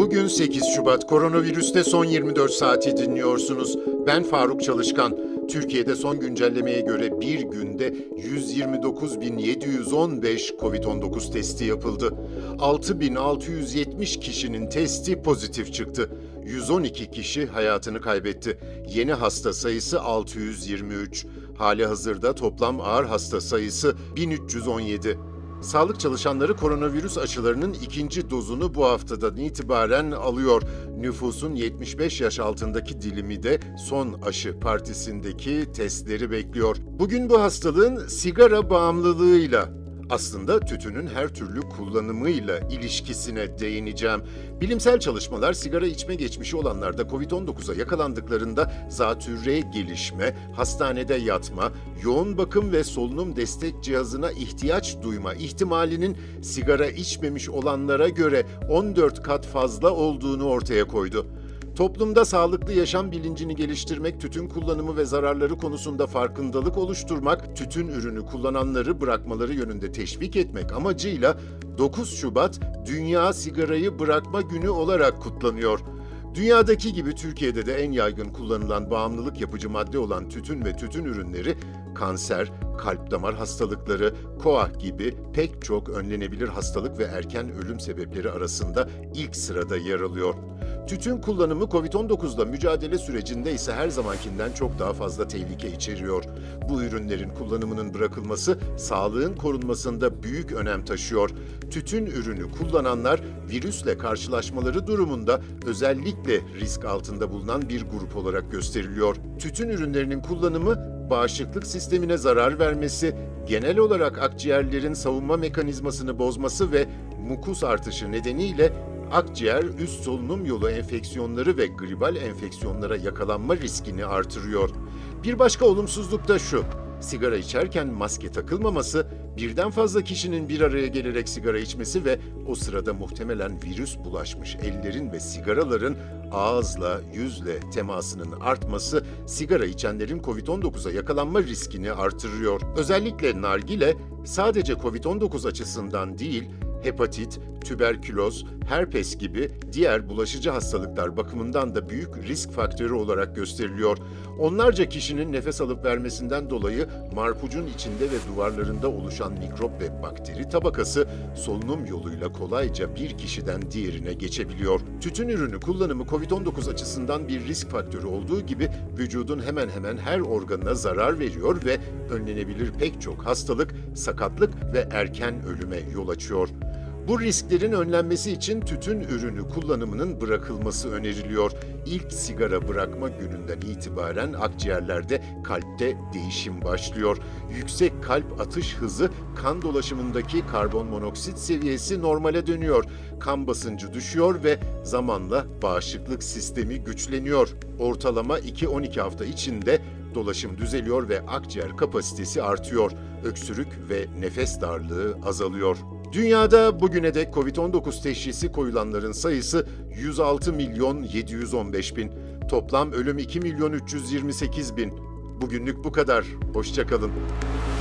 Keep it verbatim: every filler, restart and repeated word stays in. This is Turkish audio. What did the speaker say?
Bugün sekiz Şubat, koronavirüste son yirmi dört saati dinliyorsunuz. Ben Faruk Çalışkan. Türkiye'de son güncellemeye göre bir günde yüz yirmi dokuz bin yedi yüz on beş kovid on dokuz testi yapıldı. altı bin altı yüz yetmiş kişinin testi pozitif çıktı. yüz on iki kişi hayatını kaybetti. Yeni hasta sayısı altı yüz yirmi üç. Halihazırda toplam ağır hasta sayısı bin üç yüz on yedi. Sağlık çalışanları koronavirüs aşılarının ikinci dozunu bu haftadan itibaren alıyor. Nüfusun yetmiş beş yaş altındaki dilimi de son aşı partisindeki testleri bekliyor. Bugün bu hastalığın sigara bağımlılığıyla, aslında tütünün her türlü kullanımıyla ilişkisine değineceğim. Bilimsel çalışmalar sigara içme geçmişi olanlarda kovid on dokuza yakalandıklarında zatürre gelişme, hastanede yatma, yoğun bakım ve solunum destek cihazına ihtiyaç duyma ihtimalinin sigara içmemiş olanlara göre on dört kat fazla olduğunu ortaya koydu. Toplumda sağlıklı yaşam bilincini geliştirmek, tütün kullanımı ve zararları konusunda farkındalık oluşturmak, tütün ürünü kullananları bırakmaları yönünde teşvik etmek amacıyla dokuz Şubat Dünya Sigarayı Bırakma Günü olarak kutlanıyor. Dünyadaki gibi Türkiye'de de en yaygın kullanılan bağımlılık yapıcı madde olan tütün ve tütün ürünleri, kanser, kalp damar hastalıkları, koah gibi pek çok önlenebilir hastalık ve erken ölüm sebepleri arasında ilk sırada yer alıyor. Tütün kullanımı kovid on dokuzla mücadele sürecinde ise her zamankinden çok daha fazla tehlike içeriyor. Bu ürünlerin kullanımının bırakılması sağlığın korunmasında büyük önem taşıyor. Tütün ürünü kullananlar virüsle karşılaşmaları durumunda özellikle risk altında bulunan bir grup olarak gösteriliyor. Tütün ürünlerinin kullanımı bağışıklık sistemine zarar vermesi, genel olarak akciğerlerin savunma mekanizmasını bozması ve mukus artışı nedeniyle akciğer, üst solunum yolu enfeksiyonları ve gribal enfeksiyonlara yakalanma riskini artırıyor. Bir başka olumsuzluk da şu: sigara içerken maske takılmaması, birden fazla kişinin bir araya gelerek sigara içmesi ve o sırada muhtemelen virüs bulaşmış ellerin ve sigaraların ağızla, yüzle temasının artması, sigara içenlerin kovid on dokuza yakalanma riskini artırıyor. Özellikle nargile, sadece kovid on dokuz açısından değil, hepatit, tüberküloz, herpes gibi diğer bulaşıcı hastalıklar bakımından da büyük risk faktörü olarak gösteriliyor. Onlarca kişinin nefes alıp vermesinden dolayı marpucun içinde ve duvarlarında oluşan mikrop ve bakteri tabakası solunum yoluyla kolayca bir kişiden diğerine geçebiliyor. Tütün ürünü kullanımı kovid on dokuz açısından bir risk faktörü olduğu gibi vücudun hemen hemen her organına zarar veriyor ve önlenebilir pek çok hastalık, sakatlık ve erken ölüme yol açıyor. Bu risklerin önlenmesi için tütün ürünü kullanımının bırakılması öneriliyor. İlk sigara bırakma gününden itibaren akciğerlerde, kalpte değişim başlıyor. Yüksek kalp atış hızı, kan dolaşımındaki karbon monoksit seviyesi normale dönüyor. Kan basıncı düşüyor ve zamanla bağışıklık sistemi güçleniyor. Ortalama iki on iki hafta içinde dolaşım düzeliyor ve akciğer kapasitesi artıyor. Öksürük ve nefes darlığı azalıyor. Dünyada bugüne dek kovid on dokuz teşhisi koyulanların sayısı yüz altı milyon yedi yüz on beş bin. Toplam ölüm iki milyon üç yüz yirmi sekiz bin. Bugünlük bu kadar. Hoşça kalın.